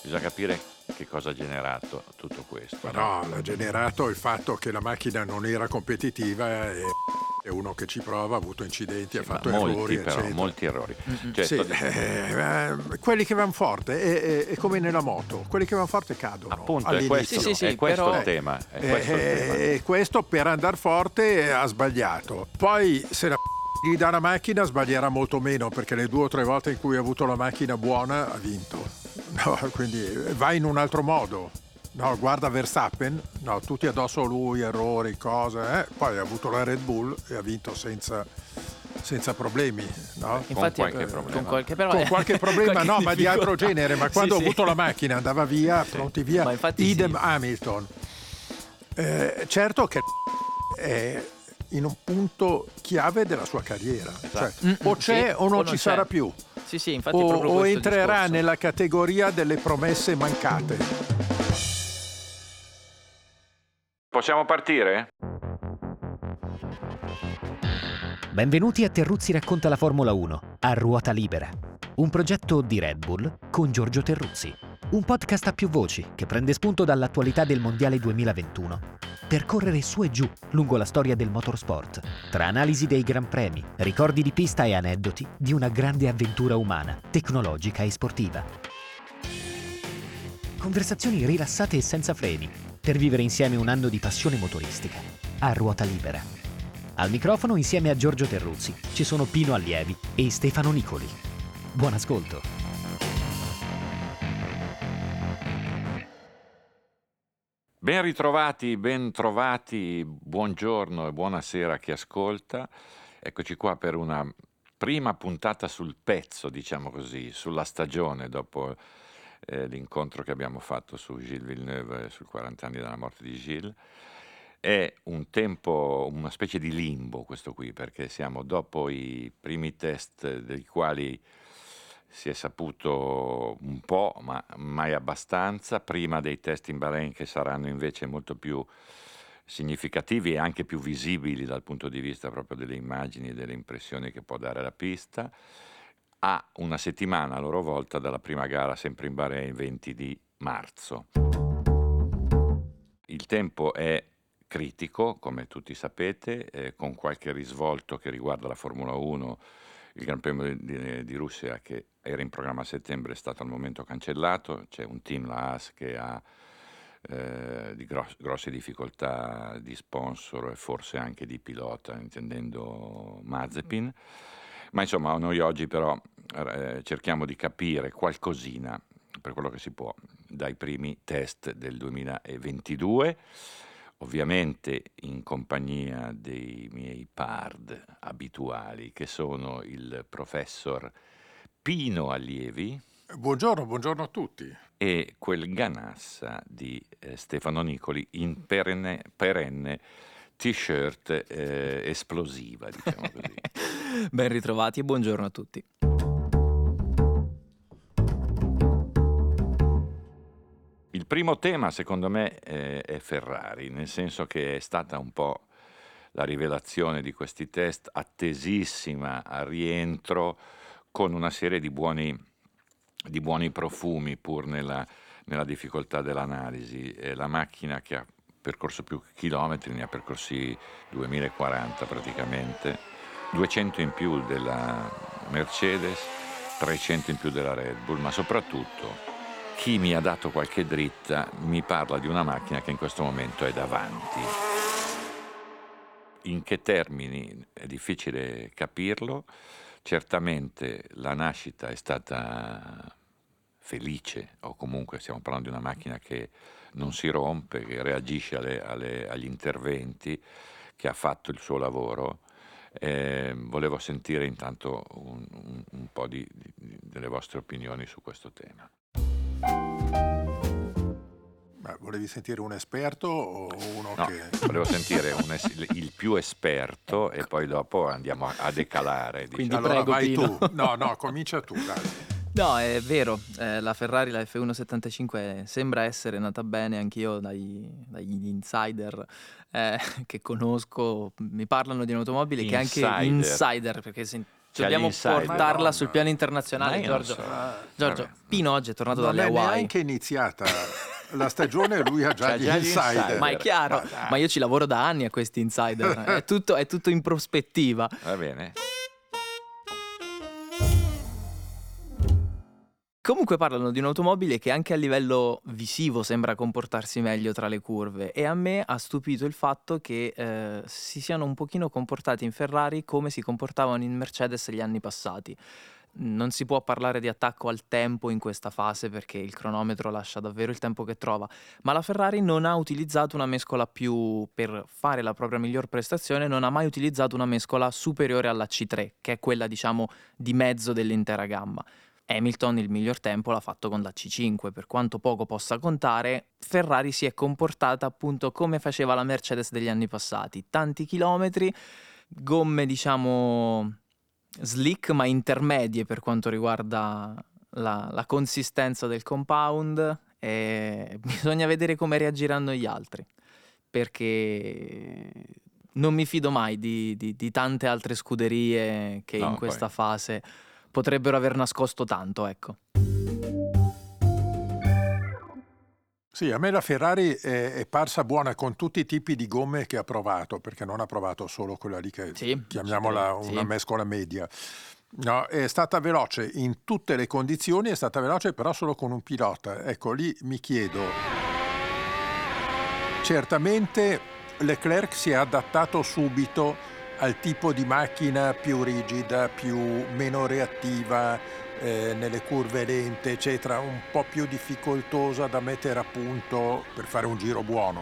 Bisogna capire che cosa ha generato tutto questo. Ma no, l'ha generato il fatto che la macchina non era competitiva e uno che ci prova ha avuto incidenti, ha fatto errori, eccetera. Molti errori. Cioè, sì, quelli che vanno forte è come nella moto, quelli che vanno forte cadono. Appunto, è questo, è questo il tema. E questo per andare forte ha sbagliato. Poi se la gli dà la macchina sbaglierà molto meno, perché le 2 o 3 volte in cui ha avuto la macchina buona ha vinto. No, quindi va in un altro modo. No, guarda Verstappen, no, tutti addosso a lui, errori, cose, poi ha avuto la Red Bull e ha vinto senza problemi, no? Infatti, con qualche problema no, ma di altro genere, ma quando ha avuto la macchina andava via, pronti via. Ma infatti idem Hamilton. Certo che è in un punto chiave della sua carriera, cioè, o c'è o non ci sarà più. Sì, infatti o entrerà nella categoria delle promesse mancate. Possiamo partire? Benvenuti a Terruzzi racconta la Formula 1 a ruota libera, un progetto di Red Bull con Giorgio Terruzzi, un podcast a più voci che prende spunto dall'attualità del Mondiale 2021 per correre su e giù lungo la storia del motorsport, tra analisi dei gran premi, ricordi di pista e aneddoti di una grande avventura umana, tecnologica e sportiva. Conversazioni rilassate e senza freni per vivere insieme un anno di passione motoristica a ruota libera. Al microfono insieme a Giorgio Terruzzi ci sono Pino Allievi e Stefano Nicoli. Buon ascolto. Ben ritrovati, ben trovati, buongiorno e buonasera a chi ascolta. Eccoci qua per una prima puntata sul pezzo, diciamo così, sulla stagione dopo l'incontro che abbiamo fatto su Gilles Villeneuve sul 40 anni dalla morte di Gilles. È un tempo, una specie di limbo questo qui, perché siamo dopo i primi test dei quali si è saputo un po', ma mai abbastanza, prima dei test in Bahrain che saranno invece molto più significativi e anche più visibili dal punto di vista proprio delle immagini e delle impressioni che può dare la pista, a una settimana a loro volta dalla prima gara sempre in Bahrain, 20 di marzo. Il tempo è critico, come tutti sapete, con qualche risvolto che riguarda la Formula 1. Il Gran Premio di Russia, che era in programma a settembre, è stato al momento cancellato. C'è un team, la Haas, che ha grosse difficoltà di sponsor e forse anche di pilota, intendendo Mazepin. Ma insomma, noi oggi però cerchiamo di capire qualcosina, per quello che si può, dai primi test del 2022. Ovviamente in compagnia dei miei pard abituali, che sono il professor Pino Allievi. Buongiorno a tutti. E quel ganassa di Stefano Nicoli in perenne t-shirt esplosiva, diciamo così. Ben ritrovati e buongiorno a tutti. Il primo tema, secondo me, è Ferrari, nel senso che è stata un po' la rivelazione di questi test, attesissima al rientro, con una serie di buoni profumi, pur nella difficoltà dell'analisi. La macchina che ha percorso più chilometri, ne ha percorsi 2040 praticamente, 200 in più della Mercedes, 300 in più della Red Bull, ma soprattutto chi mi ha dato qualche dritta mi parla di una macchina che in questo momento è davanti. In che termini è difficile capirlo. Certamente la nascita è stata felice, o comunque stiamo parlando di una macchina che non si rompe, che reagisce agli interventi, che ha fatto il suo lavoro. Volevo sentire intanto un po' delle vostre opinioni su questo tema. Ma volevi sentire un esperto o uno che... Volevo sentire il più esperto e poi dopo andiamo a decalare. Quindi diciamo. Allora prego, vai Pino. tu. No, comincia tu, dai. No, è vero, la Ferrari, la F175 sembra essere nata bene, anch'io dagli insider che conosco, mi parlano di un'automobile che è anche insider, perché Dobbiamo insider. portarla Madonna. sul piano internazionale, Ma io non Giorgio. so. Giorgio, Vabbè. Pino oggi è tornato Non dalle è Hawaii. neanche iniziata la stagione e lui ha già C'ha gli già gli insider. insider. Ma è chiaro, Ma dai. ma io ci lavoro da anni a questi insider, è tutto in prospettiva. Va bene. Comunque parlano di un'automobile che anche a livello visivo sembra comportarsi meglio tra le curve, e a me ha stupito il fatto che si siano un pochino comportati in Ferrari come si comportavano in Mercedes gli anni passati. Non si può parlare di attacco al tempo in questa fase perché il cronometro lascia davvero il tempo che trova, ma la Ferrari non ha utilizzato una mescola per fare la propria miglior prestazione, non ha mai utilizzato una mescola superiore alla C3, che è quella diciamo di mezzo dell'intera gamma. Hamilton il miglior tempo l'ha fatto con la C5, per quanto poco possa contare, Ferrari si è comportata appunto come faceva la Mercedes degli anni passati, tanti chilometri, gomme diciamo slick ma intermedie per quanto riguarda la consistenza del compound, e bisogna vedere come reagiranno gli altri, perché non mi fido mai di tante altre scuderie che No, in questa poi. fase potrebbero aver nascosto tanto, ecco. Sì, a me la Ferrari è parsa buona con tutti i tipi di gomme che ha provato, perché non ha provato solo quella lì che Sì, chiamiamola sì. una mescola media. No, è stata veloce in tutte le condizioni, è stata veloce però solo con un pilota. Ecco, lì mi chiedo, certamente Leclerc si è adattato subito al tipo di macchina più rigida, meno reattiva, nelle curve lente, eccetera, un po' più difficoltosa da mettere a punto per fare un giro buono.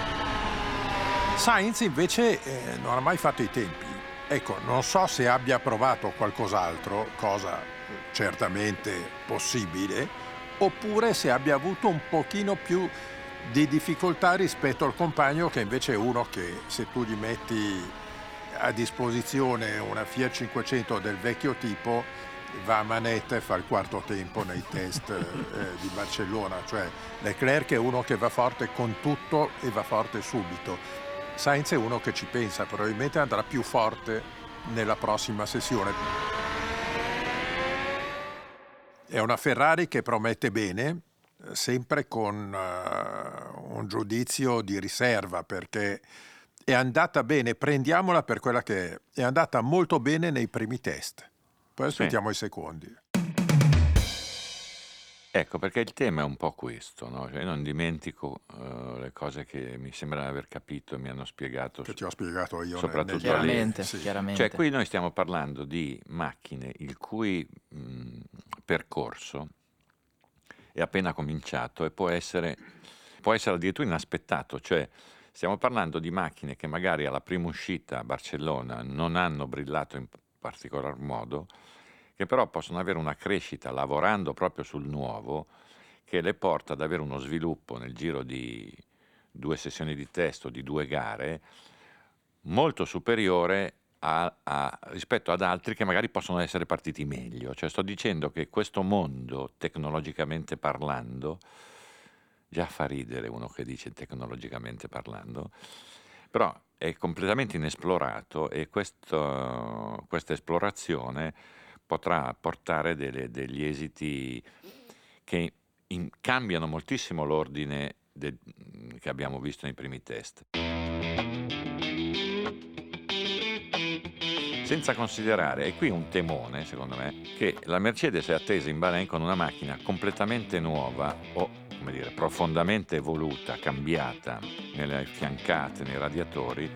Sainz invece non ha mai fatto i tempi. Ecco, non so se abbia provato qualcos'altro, cosa certamente possibile, oppure se abbia avuto un pochino più di difficoltà rispetto al compagno, che invece è uno che se tu gli metti a disposizione una Fiat 500 del vecchio tipo va a manetta e fa il quarto tempo nei test di Barcellona. Cioè Leclerc è uno che va forte con tutto e va forte subito. Sainz è uno che ci pensa, probabilmente andrà più forte nella prossima sessione. È una Ferrari che promette bene, sempre con un giudizio di riserva, perché è andata bene, prendiamola per quella che è andata molto bene nei primi test, poi aspettiamo i secondi. Ecco, perché il tema è un po' questo, no? Cioè, io non dimentico le cose che mi sembra di aver capito e mi hanno spiegato. Che ti ho spiegato io. Soprattutto Chiaramente, sì. chiaramente. Cioè, qui noi stiamo parlando di macchine il cui percorso è appena cominciato e può essere addirittura inaspettato. Cioè, stiamo parlando di macchine che magari alla prima uscita a Barcellona non hanno brillato in particolar modo, che però possono avere una crescita lavorando proprio sul nuovo, che le porta ad avere uno sviluppo nel giro di 2 sessioni di test o di 2 gare molto superiore rispetto ad altri che magari possono essere partiti meglio. Cioè, sto dicendo che questo mondo, tecnologicamente parlando, già fa ridere uno che dice tecnologicamente parlando, però è completamente inesplorato, e questa esplorazione potrà portare degli esiti che cambiano moltissimo l'ordine che abbiamo visto nei primi test. Senza considerare, e qui un temone secondo me, che la Mercedes è attesa in Bahrain con una macchina completamente nuova o, come dire, profondamente evoluta, cambiata nelle fiancate, nei radiatori.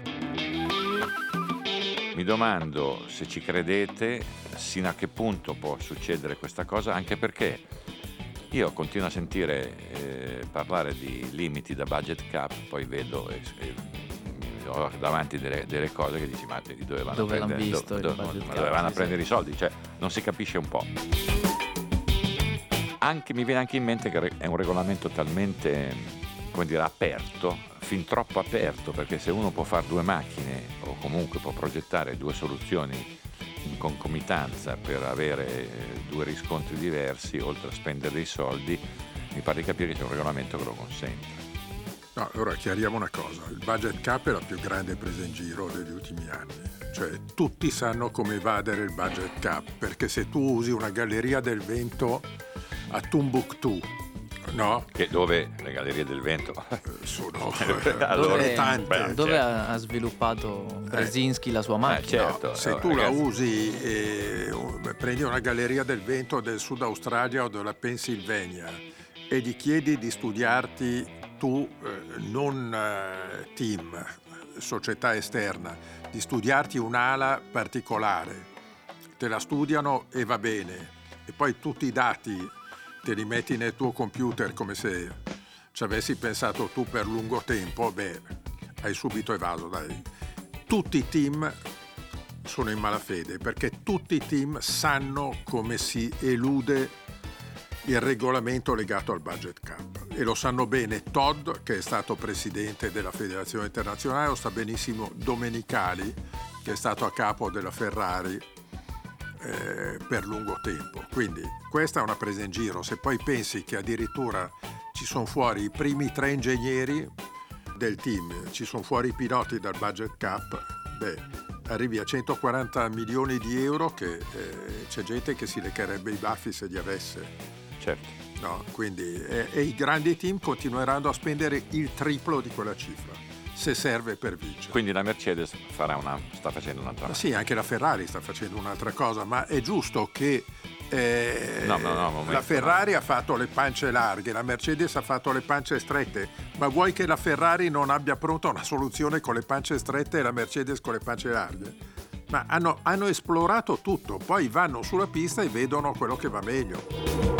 Mi domando se ci credete, sino a che punto può succedere questa cosa, anche perché io continuo a sentire parlare di limiti da budget cap, poi vedo ho davanti delle cose che dici, ma di dove vanno Dove a l'hanno prendere, visto il budget dove cap, vanno a sì, prendere i soldi? Cioè, non si capisce un po'. Mi viene anche in mente che è un regolamento talmente, come dire, aperto, fin troppo aperto, perché se uno può fare 2 macchine o comunque può progettare 2 soluzioni in concomitanza per avere 2 riscontri diversi, oltre a spendere dei soldi, mi pare di capire che c'è un regolamento che lo consente. No, allora chiariamo una cosa, il budget cap è la più grande presa in giro degli ultimi anni, cioè tutti sanno come evadere il budget cap, perché se tu usi una galleria del vento a Timbuktu, no? Che dove le gallerie del vento Sono allora, tante. Dove certo. ha sviluppato Brzezinski la sua macchina? certo. No, se allora, tu la ragazzi, usi prendi una galleria del vento del Sud Australia o della Pennsylvania e gli chiedi di studiarti tu, non team, società esterna, di studiarti un'ala particolare, te la studiano e va bene, e poi tutti i dati te li metti nel tuo computer come se ci avessi pensato tu per lungo tempo, beh, hai subito evaso, dai. Tutti i team sono in malafede perché tutti i team sanno come si elude il regolamento legato al budget cap e lo sanno bene Todd, che è stato presidente della Federazione Internazionale, lo sa benissimo Domenicali, che è stato a capo della Ferrari per lungo tempo. Quindi questa è una presa in giro. Se poi pensi che addirittura ci sono fuori i primi 3 ingegneri del team, ci sono fuori i piloti dal budget cap, beh, arrivi a 140 milioni di euro che c'è gente che si leccherebbe i baffi se li avesse. certo. No? Quindi, e i grandi team continueranno a spendere il triplo di quella cifra, se serve per vincere. Quindi la Mercedes sta facendo un'altra Ma sì, anche la Ferrari sta facendo un'altra cosa, ma è giusto che la Ferrari ha fatto le pance larghe, la Mercedes ha fatto le pance strette, ma vuoi che la Ferrari non abbia pronta una soluzione con le pance strette e la Mercedes con le pance larghe? Ma hanno esplorato tutto, poi vanno sulla pista e vedono quello che va meglio.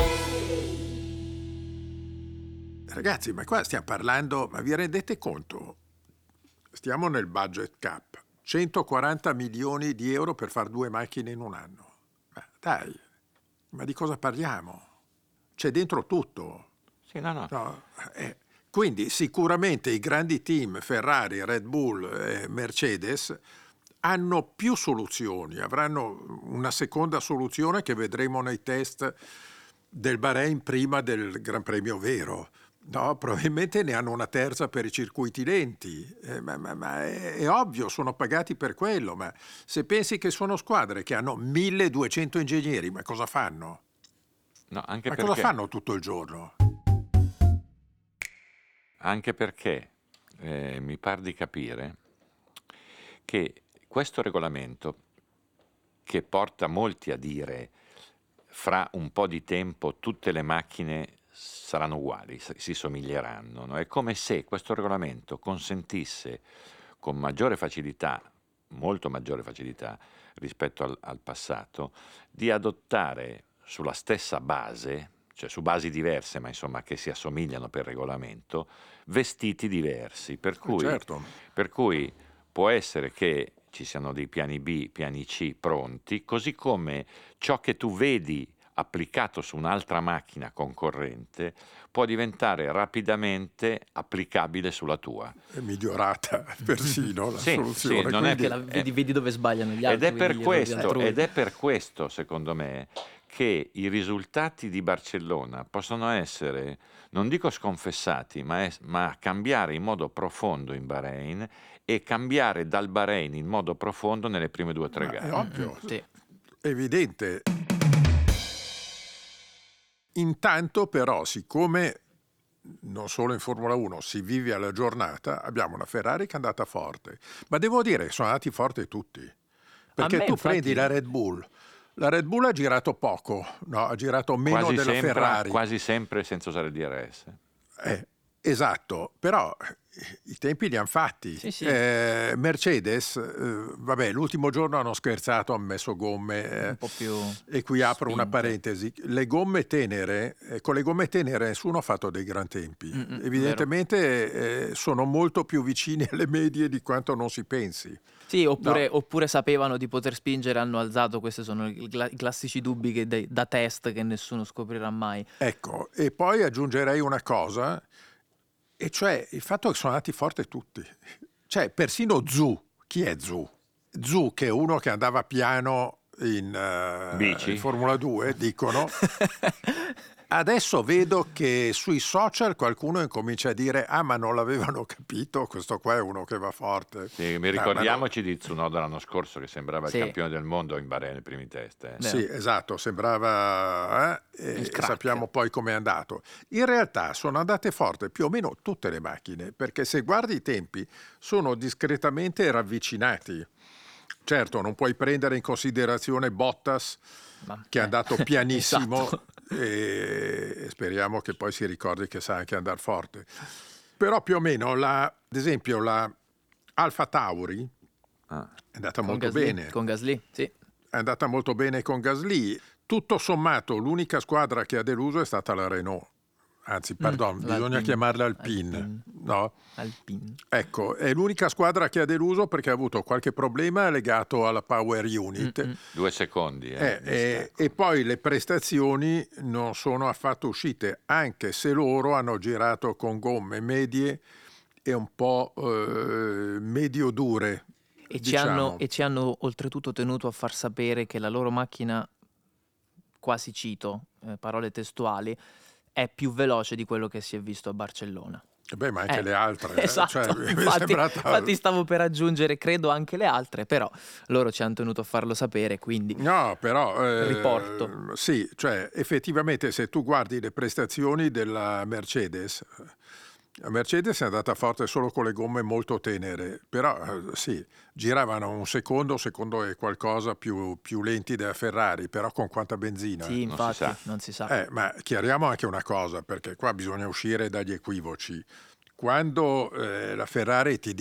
Ragazzi, ma qua stiamo parlando, ma vi rendete conto? Stiamo nel budget cap, 140 milioni di euro per fare 2 macchine in un anno. Ma dai, ma di cosa parliamo? C'è dentro tutto. Sì, no. No? Quindi sicuramente i grandi team, Ferrari, Red Bull e Mercedes, hanno più soluzioni, avranno una seconda soluzione che vedremo nei test del Bahrain prima del Gran Premio vero. No, probabilmente ne hanno una terza per i circuiti lenti, ma è ovvio, sono pagati per quello, ma se pensi che sono squadre che hanno 1200 ingegneri, ma cosa fanno? No, anche Ma perché, cosa fanno tutto il giorno? Anche perché mi par di capire che questo regolamento, che porta molti a dire fra un po' di tempo tutte le macchine saranno uguali, si somiglieranno, no? È come se questo regolamento consentisse con maggiore facilità, molto maggiore facilità rispetto al passato, di adottare sulla stessa base, cioè su basi diverse, ma insomma che si assomigliano per regolamento, vestiti diversi. Per cui può essere che ci siano dei piani B, piani C pronti, così come ciò che tu vedi applicato su un'altra macchina concorrente può diventare rapidamente applicabile sulla tua. È migliorata persino la soluzione. Sì, non è che vedi dove sbagliano gli altri. Ed è per questo, secondo me, che i risultati di Barcellona possono essere, non dico sconfessati, ma cambiare in modo profondo in Bahrain e cambiare dal Bahrain in modo profondo nelle prime 2 o 3 gare. È ovvio, sì. Evidente. Intanto però, siccome non solo in Formula 1 si vive alla giornata, abbiamo una Ferrari che è andata forte, ma devo dire che sono andati forti tutti, perché tu prendi la Red Bull ha girato poco, no? Ha girato meno della Ferrari. Quasi sempre senza usare il DRS. Esatto, però i tempi li hanno fatti. Sì. Mercedes, vabbè, l'ultimo giorno hanno scherzato, hanno messo gomme un po' più e qui apro spinte. una parentesi, le gomme tenere, con le gomme tenere nessuno ha fatto dei gran tempi, evidentemente sono molto più vicini alle medie di quanto non si pensi. Sì, oppure sapevano di poter spingere, hanno alzato. Questi sono i classici dubbi che da test che nessuno scoprirà mai. Ecco, e poi aggiungerei una cosa, e cioè il fatto che sono andati forte tutti. Cioè, persino Zhou. Chi è Zhou? Zhou, che è uno che andava piano in Formula 2, dicono. Adesso vedo che sui social qualcuno incomincia a dire ma non l'avevano capito, questo qua è uno che va forte. Sì, ricordiamoci di Tsunoda l'anno scorso che sembrava Sì. il campione del mondo in Bahrain nei primi test. Sì, esatto, sembrava e crack. sappiamo poi com'è andato. In realtà sono andate forte più o meno tutte le macchine, perché se guardi i tempi sono discretamente ravvicinati. Certo, non puoi prendere in considerazione Bottas, che è andato pianissimo, Esatto. e speriamo che poi si ricordi che sa anche andare forte. Però più o meno, ad esempio, la Alfa Tauri è andata molto bene. Con Gasly, sì. È andata molto bene con Gasly. Tutto sommato, l'unica squadra che ha deluso è stata la Renault. Anzi, pardon, bisogna l'Alpine. chiamarla Alpine. No? Alpine. Ecco, è l'unica squadra che ha deluso perché ha avuto qualche problema legato alla power unit. 2 secondi. E poi le prestazioni non sono affatto uscite, anche se loro hanno girato con gomme medie e un po' medio dure. E diciamo. ci hanno oltretutto tenuto a far sapere che la loro macchina, quasi cito, parole testuali, è più veloce di quello che si è visto a Barcellona. Beh, ma anche le altre. Esatto, Cioè, mi è infatti, sembrata- infatti stavo per aggiungere, credo anche le altre, però loro ci hanno tenuto a farlo sapere, quindi No, però riporto. sì, cioè effettivamente se tu guardi le prestazioni della Mercedes, la Mercedes è andata forte solo con le gomme molto tenere, però sì, giravano un secondo e qualcosa più lenti della Ferrari, però con quanta benzina? sì, non si infatti sa. non si sa. Ma chiariamo anche una cosa, perché qua bisogna uscire dagli equivoci. Quando la Ferrari ti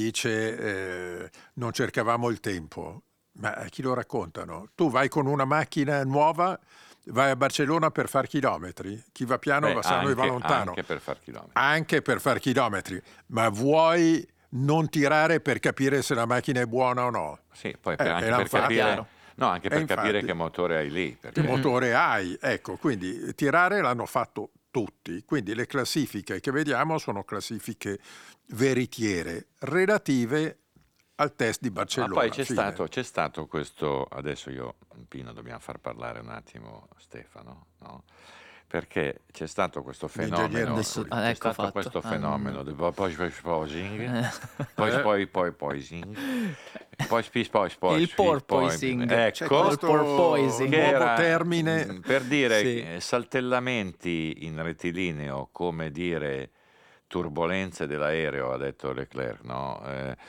dice non cercavamo il tempo, ma a chi lo raccontano? Tu vai con una macchina nuova, vai a Barcellona per far chilometri, chi va piano va sano e va lontano. Anche per far chilometri. Anche per far chilometri, ma vuoi non tirare per capire se la macchina è buona o no? Sì, poi e anche l'hanno per fatto. capire, Chiaro. no, anche per infatti. capire che motore hai lì. Perché Che motore hai? Ecco, quindi tirare l'hanno fatto tutti. Quindi le classifiche che vediamo sono classifiche veritiere relative al test di Ma Barcellona. poi fine. c'è stato questo, adesso io, Pino, dobbiamo far parlare un attimo Stefano, no? Perché c'è stato questo L'ingegnere fenomeno, Adesso- c'è ecco stato fatto. questo Ah, fenomeno del posing, poi poising, poi Il porpoising. C'è ecco, questo porpoising. che nuovo era, termine. per dire Sì. saltellamenti in rettilineo, come dire turbolenze dell'aereo, ha detto Leclerc, no?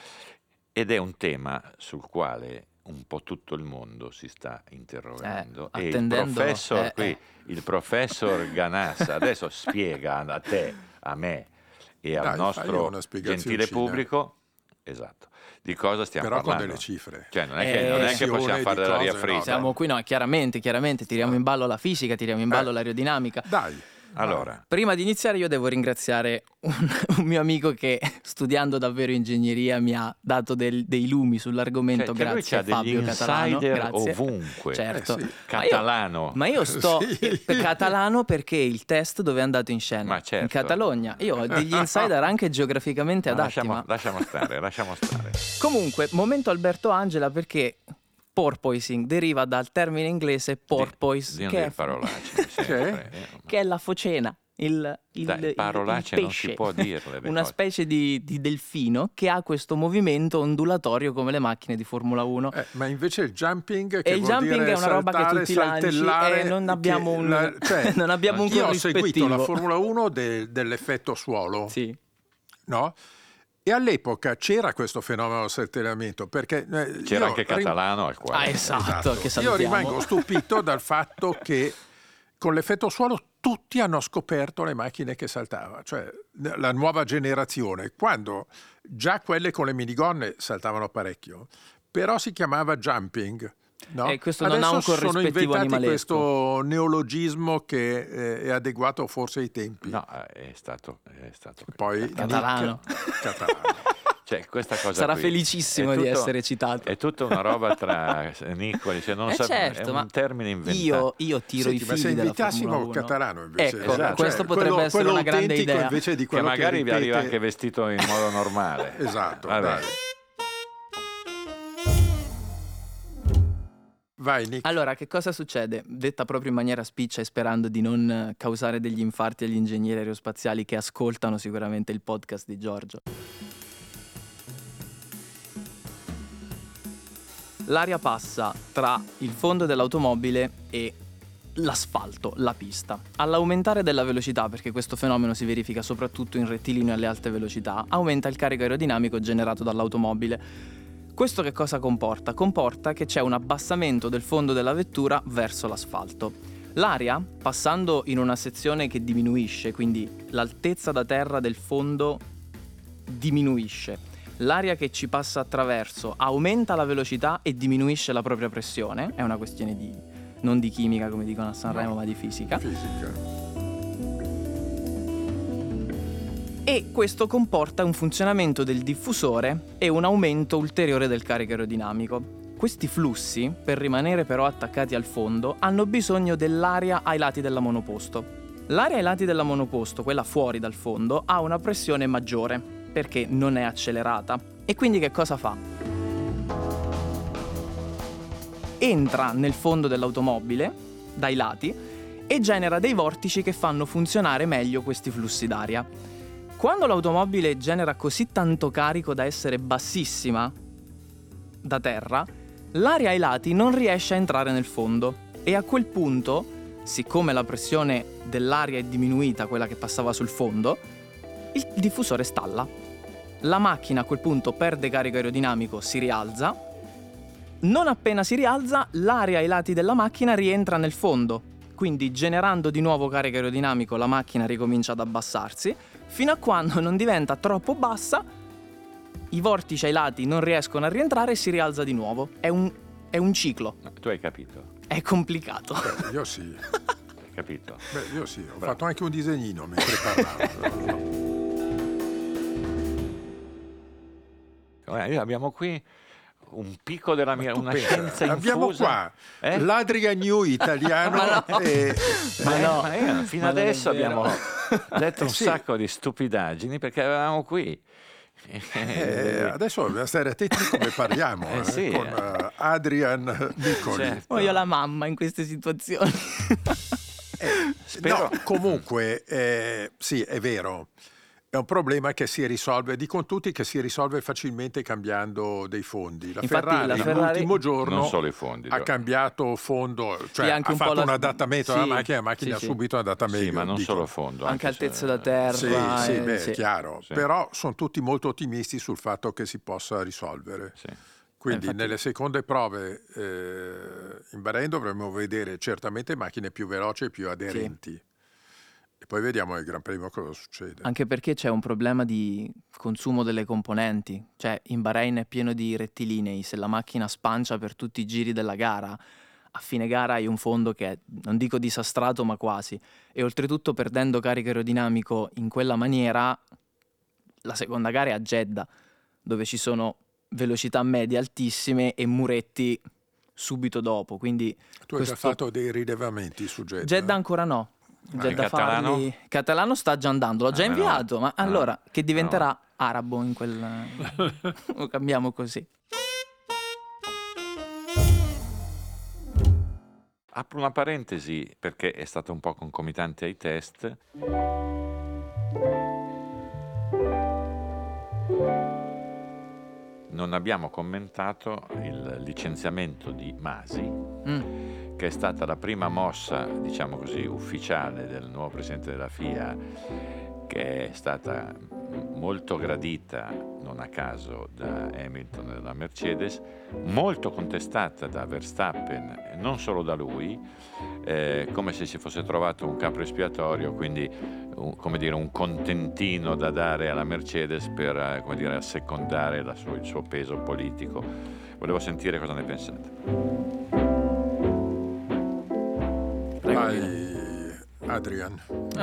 Ed è un tema sul quale un po' tutto il mondo si sta interrogando, e attendendo, il professor Ganassa adesso spiega a te, a me e al Dai, fai nostro una spiegazione gentile Cina. pubblico, esatto, di cosa stiamo Però con parlando. delle cifre. Cioè non è che possiamo di fare dell'aria cose, no, fritta. Siamo qui, no, chiaramente tiriamo in ballo la fisica, tiriamo in ballo l'aerodinamica. Dai. Allora, Prima di iniziare io devo ringraziare un mio amico che, studiando davvero ingegneria, mi ha dato dei lumi sull'argomento, cioè, lui grazie c'ha a Fabio degli Catalano. insider Grazie. ovunque. Certo. sì. Catalano. Ma io sto Sì. Catalano perché il test dove è andato in scena? Ma certo. In Catalogna. Io ho degli insider anche geograficamente adatti, ma... lasciamo stare. Comunque, momento Alberto Angela, perché porpoising deriva dal termine inglese porpoise, Che parolacce, che è la focena, il parolacce il non si pesce. può dirle le Una cose. specie di delfino che ha questo movimento ondulatorio come le macchine di Formula 1. Ma invece il jumping, che E il vuol jumping dire è una roba che saltare, tutti lanci saltellare, e non abbiamo un cioè, non abbiamo un io ho seguito corrispettivo. la Formula 1 dell'effetto suolo, Sì. no? E all'epoca c'era questo fenomeno del saltellamento, perché C'era io anche Catalano al quale. Esatto, che Io salutiamo. rimango stupito dal fatto che con l'effetto suolo tutti hanno scoperto le macchine che saltavano, cioè la nuova generazione, quando già quelle con le minigonne saltavano parecchio, però si chiamava jumping. No? E questo non ha un Adesso sono corrispettivo inventati animalesco. questo neologismo che è adeguato forse ai tempi. No, è stato Poi Catalano. Nick Catalano. Cioè, questa cosa Sarà qui felicissimo è di tutto- essere citato. È tutta una roba tra Niccoli, cioè non Certo, è un ma termine inventato. io tiro Senti, i ma se figli della invitassimo Formula 1. Catalano invece, Ecco, Esatto. questo potrebbe quello- essere quello una grande autentico idea. invece di Che quello magari vi ripete. arriva anche vestito in modo normale. Esatto, Vabbè. dai. Vai Nick. Allora, che cosa succede? Detta proprio in maniera spiccia e sperando di non causare degli infarti agli ingegneri aerospaziali che ascoltano sicuramente il podcast di Giorgio. L'aria passa tra il fondo dell'automobile e l'asfalto, la pista. All'aumentare della velocità, perché questo fenomeno si verifica soprattutto in rettilineo alle alte velocità, aumenta il carico aerodinamico generato dall'automobile. Questo che cosa comporta? Comporta che c'è un abbassamento del fondo della vettura verso l'asfalto. L'aria, passando in una sezione che diminuisce, quindi l'altezza da terra del fondo diminuisce. L'aria che ci passa attraverso aumenta la velocità e diminuisce la propria pressione. È una questione non di chimica, come dicono a Sanremo, ma di fisica. E questo comporta un funzionamento del diffusore e un aumento ulteriore del carico aerodinamico. Questi flussi, per rimanere però attaccati al fondo, hanno bisogno dell'aria ai lati della monoposto. L'aria ai lati della monoposto, quella fuori dal fondo, ha una pressione maggiore, perché non è accelerata. E quindi che cosa fa? Entra nel fondo dell'automobile, dai lati, e genera dei vortici che fanno funzionare meglio questi flussi d'aria. Quando l'automobile genera così tanto carico da essere bassissima da terra, l'aria ai lati non riesce a entrare nel fondo e a quel punto, siccome la pressione dell'aria è diminuita, quella che passava sul fondo, il diffusore stalla. La macchina a quel punto perde carico aerodinamico, si rialza. Non appena si rialza, l'aria ai lati della macchina rientra nel fondo, quindi generando di nuovo carico aerodinamico la macchina ricomincia ad abbassarsi, fino a quando non diventa troppo bassa, i vortici ai lati non riescono a rientrare e si rialza di nuovo. È un ciclo. No, tu hai capito? È complicato. Beh, io sì. Hai capito? Beh, io sì, ho fatto anche un disegnino mentre parlavo. Abbiamo qui un picco della mia, una pensa, scienza infusa. abbiamo qua l'Adrian New italiano. Fino adesso abbiamo detto un sacco di stupidaggini perché avevamo qui. Adesso dobbiamo stare attenti come parliamo con Adrian Nicoli. Certo. Io la mamma in queste situazioni. Spero. No, comunque sì, è vero. È un problema che si risolve, dicono tutti che si risolve facilmente cambiando dei fondi. La Infatti, Ferrari l'ultimo giorno non solo i fondi, ha cambiato fondo, cioè anche ha un po' fatto un adattamento alla macchina, la macchina ha sì. subito un adattamento. Sì, ma non solo fondo. Anche altezza da terra. Sì, è chiaro. Sì. Però sono tutti molto ottimisti sul fatto che si possa risolvere. Sì. Quindi infatti, nelle seconde prove in Bahrain dovremmo vedere certamente macchine più veloci e più aderenti. E poi vediamo al Gran Premio cosa succede. Anche perché c'è un problema di consumo delle componenti. Cioè, in Bahrain è pieno di rettilinei. Se la macchina spancia per tutti i giri della gara, a fine gara hai un fondo che è, non dico disastrato, ma quasi. E oltretutto, perdendo carico aerodinamico in quella maniera, la seconda gara è a Jeddah, dove ci sono velocità medie altissime e muretti subito dopo. Quindi Tu hai già fatto dei rilevamenti su Jeddah? Jeddah ancora no. Jeddah Catalano? Catalano sta già andando, l'ho già inviato, ma allora che diventerà no. arabo in quel... Lo cambiamo così. Apro una parentesi perché è stato un po' concomitante ai test. Non abbiamo commentato il licenziamento di Masi, che è stata la prima mossa, diciamo così, ufficiale del nuovo presidente della FIA, che è stata molto gradita, non a caso, da Hamilton e dalla Mercedes, molto contestata da Verstappen, non solo da lui, come se si fosse trovato un capro espiatorio, quindi un contentino da dare alla Mercedes per assecondare il suo peso politico. Volevo sentire cosa ne pensate. Vai, Adrian.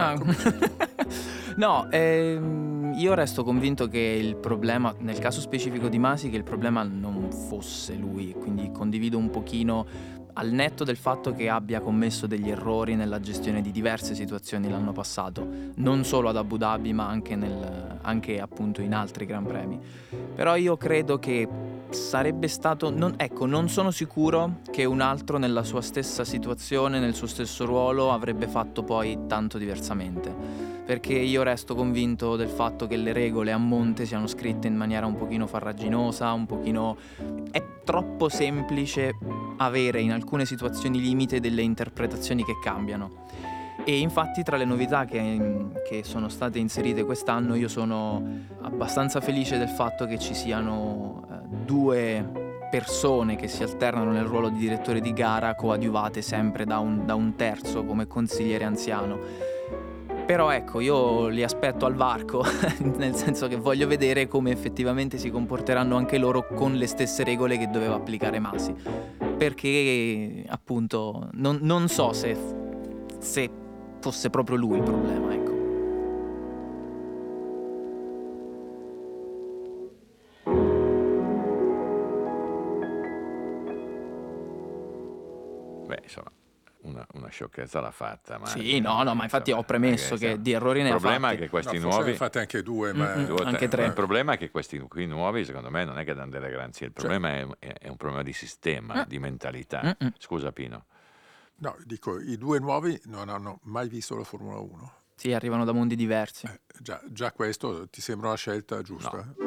No, io resto convinto che il problema, nel caso specifico di Masi, che il problema non fosse lui, quindi condivido un pochino al netto del fatto che abbia commesso degli errori nella gestione di diverse situazioni l'anno passato, non solo ad Abu Dhabi ma anche appunto in altri Gran Premi. Però io credo che sarebbe stato, non sono sicuro che un altro nella sua stessa situazione, nel suo stesso ruolo, avrebbe fatto poi tanto diversamente, perché io resto convinto del fatto che le regole a monte siano scritte in maniera un pochino farraginosa, è troppo semplice avere in alcune situazioni limite delle interpretazioni che cambiano. E infatti tra le novità che sono state inserite quest'anno io sono abbastanza felice del fatto che ci siano 2 persone che si alternano nel ruolo di direttore di gara, coadiuvate sempre da un terzo come consigliere anziano. Però ecco, io li aspetto al varco, nel senso che voglio vedere come effettivamente si comporteranno anche loro con le stesse regole che doveva applicare Masi, perché appunto non so se fosse proprio lui il problema, ecco. Beh, insomma, una sciocchezza l'ha fatta. Ma Sì, no, ma infatti ho premesso che di errori ne ha fatti. Il problema è che questi forse nuovi... ne fate anche 2, ma anche 3. Il problema è che questi qui nuovi, secondo me, non è che danno delle garanzie. Il problema è un problema di sistema, di mentalità. Scusa, Pino. no, dico, i 2 nuovi non hanno mai visto la Formula 1. Sì, arrivano da mondi diversi. Già questo ti sembra una scelta giusta? No.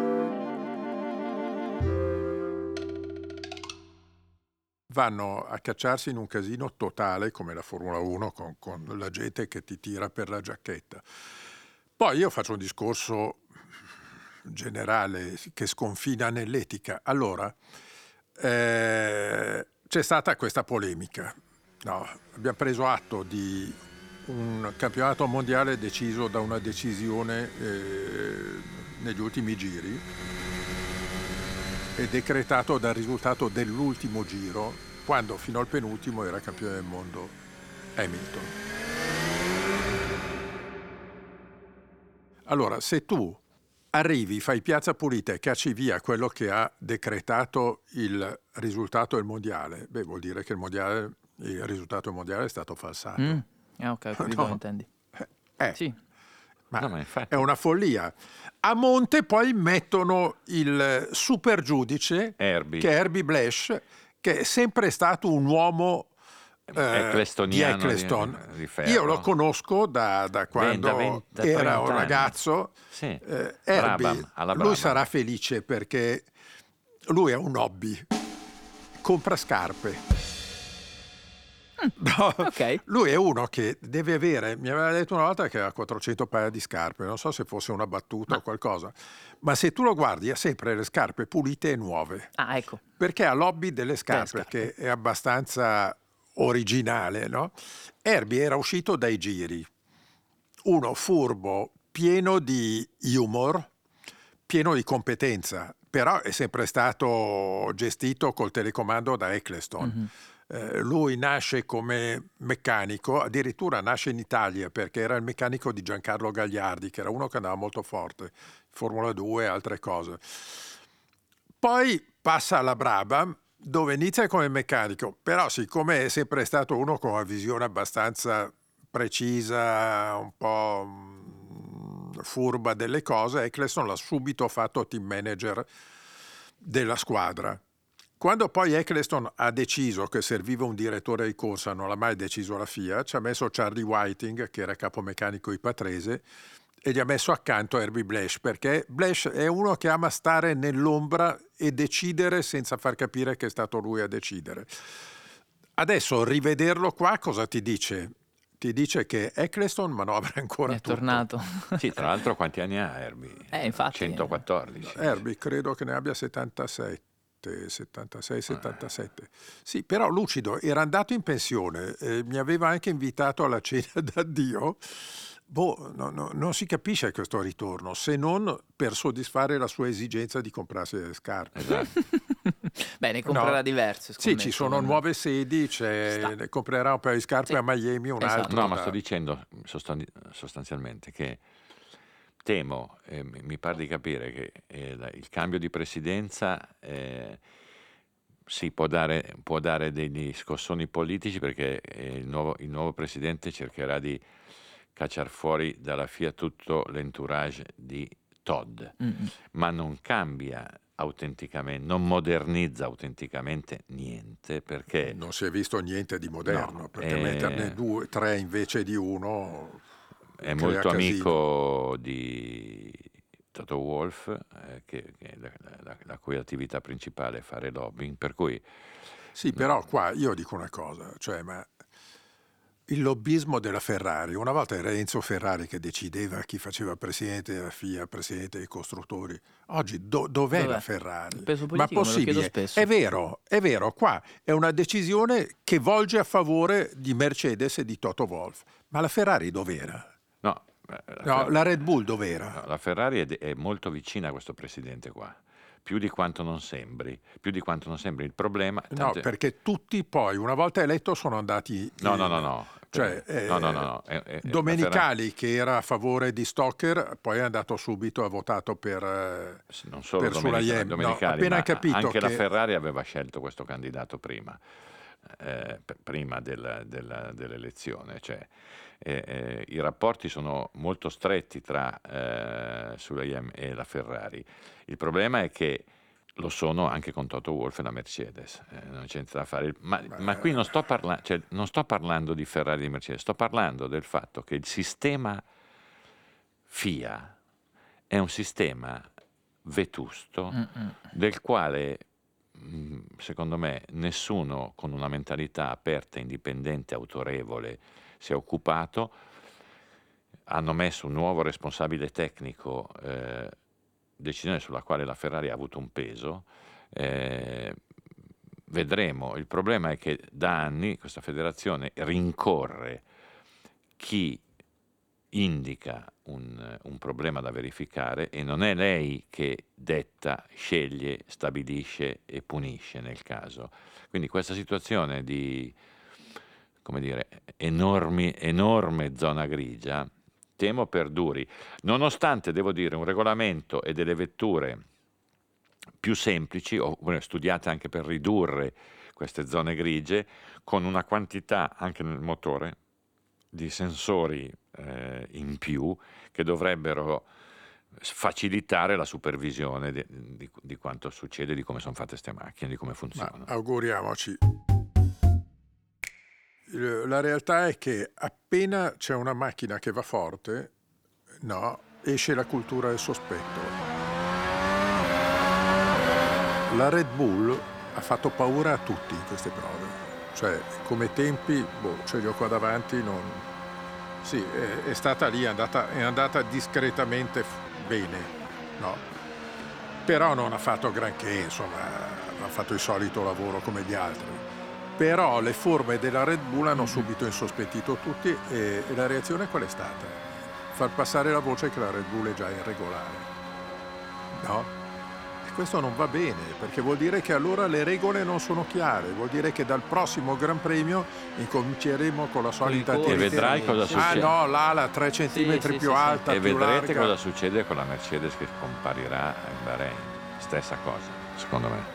Vanno a cacciarsi in un casino totale come la Formula 1 con la gente che ti tira per la giacchetta. Poi io faccio un discorso generale che sconfina nell'etica. Allora, c'è stata questa polemica. No, abbiamo preso atto di un campionato mondiale deciso da una decisione negli ultimi giri e decretato dal risultato dell'ultimo giro, quando fino al penultimo era campione del mondo Hamilton. Allora, se tu arrivi, fai piazza pulita e cacci via quello che ha decretato il risultato del mondiale, vuol dire che il risultato del mondiale è stato falsato. Ok, capito come intendi. Sì. Ma infatti... È una follia. A monte poi mettono il super giudice, Herbie. che è Herbie Blash, che è sempre stato un uomo di Eccleston. di ferro. Io lo conosco da quando era un ragazzo. Sì. Herbie, alla lui sarà felice perché lui ha un hobby, compra scarpe. No, Ok. lui è uno che deve avere, mi aveva detto una volta che aveva 400 paia di scarpe, non so se fosse una battuta o qualcosa, ma se tu lo guardi ha sempre le scarpe pulite e nuove. Ah, ecco. Perché ha l'hobby delle scarpe, che è abbastanza originale, no? Herbie era uscito dai giri, uno furbo, pieno di humor, pieno di competenza, però è sempre stato gestito col telecomando da Eccleston. Lui nasce come meccanico, addirittura nasce in Italia perché era il meccanico di Giancarlo Gagliardi, che era uno che andava molto forte, Formula 2 e altre cose. Poi passa alla Brabham, dove inizia come meccanico, però siccome è sempre stato uno con una visione abbastanza precisa, un po' furba delle cose, Eccleston l'ha subito fatto team manager della squadra. Quando poi Eccleston ha deciso che serviva un direttore di corsa, non l'ha mai deciso la FIA, ci ha messo Charlie Whiting, che era capomeccanico di Patrese, e gli ha messo accanto Herbie Blash, perché Blash è uno che ama stare nell'ombra e decidere senza far capire che è stato lui a decidere. Adesso rivederlo qua cosa ti dice? Ti dice che Eccleston manovra ancora tutto. È tornato. Sì, tra l'altro quanti anni ha Herbie? Infatti. 114. Herbie credo che ne abbia 76, 77. Sì, però lucido, era andato in pensione, mi aveva anche invitato alla cena d'addio. Non si capisce questo ritorno, se non per soddisfare la sua esigenza di comprarsi delle scarpe. Esatto. Beh, ne comprerà diverse. Sì, ci sono nuove sedi, ne comprerà un paio di scarpe a Miami, un altro. No, ma sto dicendo sostanzialmente che temo, mi pare di capire che il cambio di presidenza sì, può dare degli scossoni politici, perché il nuovo presidente cercherà di cacciar fuori dalla FIA tutto l'entourage di Todd, ma non cambia autenticamente, non modernizza autenticamente niente, perché Non si è visto niente di moderno, no, perché metterne 2, 3 invece di uno è crea molto casino. amico di Toto Wolff, che la cui attività principale è fare lobbying, per cui Sì, però qua io dico una cosa, cioè, ma il lobbismo della Ferrari, una volta era Enzo Ferrari che decideva chi faceva presidente della FIA, presidente dei costruttori. Oggi dov'è la Ferrari? Il peso Ma politico me lo chiedo possibile? spesso. È vero, qua è una decisione che volge a favore di Mercedes e di Toto Wolff. Ma la Ferrari dov'era? no, No, la Red Bull dov'era? no, la Ferrari è molto vicina a questo presidente qua, più di quanto non sembri. Il problema... No, perché tutti poi, una volta eletto, sono andati... No. Cioè, No. Domenicali, che era a favore di Stocker, poi è andato subito, ha votato per non solo sulla Yem. Domenicali, Appena ma capito anche la che- Ferrari aveva scelto questo candidato prima dell'elezione. Cioè, i rapporti sono molto stretti tra sulla Yem e la Ferrari. Il problema è che lo sono anche con Toto Wolff e la Mercedes, non c'è niente da fare. Ma qui non sto parlando di Ferrari e di Mercedes, sto parlando del fatto che il sistema FIA è un sistema vetusto del quale, secondo me, nessuno con una mentalità aperta, indipendente, autorevole si è occupato. Hanno messo un nuovo responsabile tecnico, decisione sulla quale la Ferrari ha avuto un peso. Vedremo. Il problema è che da anni questa federazione rincorre chi indica un problema da verificare, e non è lei che detta, sceglie, stabilisce e punisce nel caso. Quindi questa situazione di, come dire, enorme zona grigia temo perduri, nonostante, devo dire, un regolamento e delle vetture più semplici, o studiate anche per ridurre queste zone grigie, con una quantità anche nel motore di sensori in più, che dovrebbero facilitare la supervisione di quanto succede, di come sono fatte queste macchine, di come funzionano. Ma auguriamoci. La realtà è che appena c'è una macchina che va forte, esce la cultura del sospetto. La Red Bull ha fatto paura a tutti in queste prove. Cioè, come tempi, ce li ho qua davanti, sì, è stata lì, è andata discretamente bene, no? Però non ha fatto granché, insomma, ha fatto il solito lavoro come gli altri. Però le forme della Red Bull hanno subito insospettito tutti, e la reazione qual è stata? Far passare la voce che la Red Bull è già irregolare, no? E questo non va bene, perché vuol dire che allora le regole non sono chiare, vuol dire che dal prossimo Gran Premio incominceremo con la solita corsi. E vedrai cosa succede. l'ala 3 centimetri più alta, E più vedrete larga. cosa succede con la Mercedes che comparirà in Bahrain. Stessa cosa, secondo me.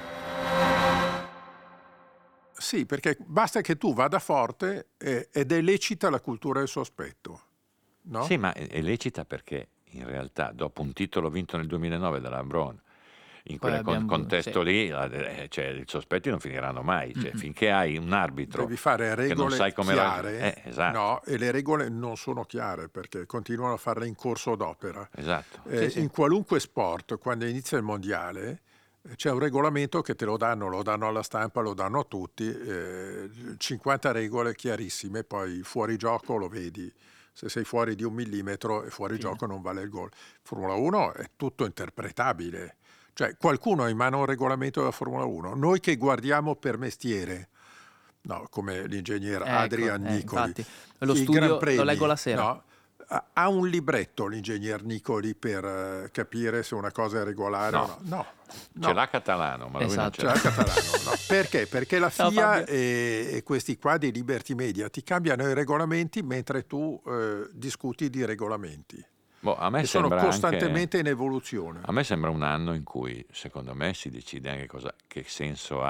Sì, perché basta che tu vada forte ed è lecita la cultura del sospetto, no? Sì, ma è lecita perché in realtà dopo un titolo vinto nel 2009 dalla Brown, in quel contesto lì, cioè, i sospetti non finiranno mai. Cioè, finché hai un arbitro Devi fare regole che non sai come chiare, esatto. no? E le regole non sono chiare perché continuano a farle in corso d'opera. Esatto. In qualunque sport, quando inizia il mondiale, c'è un regolamento che te lo danno alla stampa, lo danno a tutti, 50 regole chiarissime, poi fuori gioco lo vedi. Se sei fuori di 1 millimetro e fuori gioco non vale il gol. Formula 1 è tutto interpretabile. Cioè, qualcuno ha in mano un regolamento della Formula 1. Noi che guardiamo per mestiere, come l'ingegner Adrian Nicoli. Infatti, lo studio lo leggo la sera. No? Ha un libretto l'ingegner Nicoli per capire se una cosa è regolare o no. Ce l'ha Catalano, ma lui non ce l'ha. Catalano, no. Perché? Perché la FIA e questi qua di Liberty Media ti cambiano i regolamenti mentre tu discuti di regolamenti. A me sono sembra costantemente in evoluzione. A me sembra un anno in cui, secondo me, si decide anche che senso ha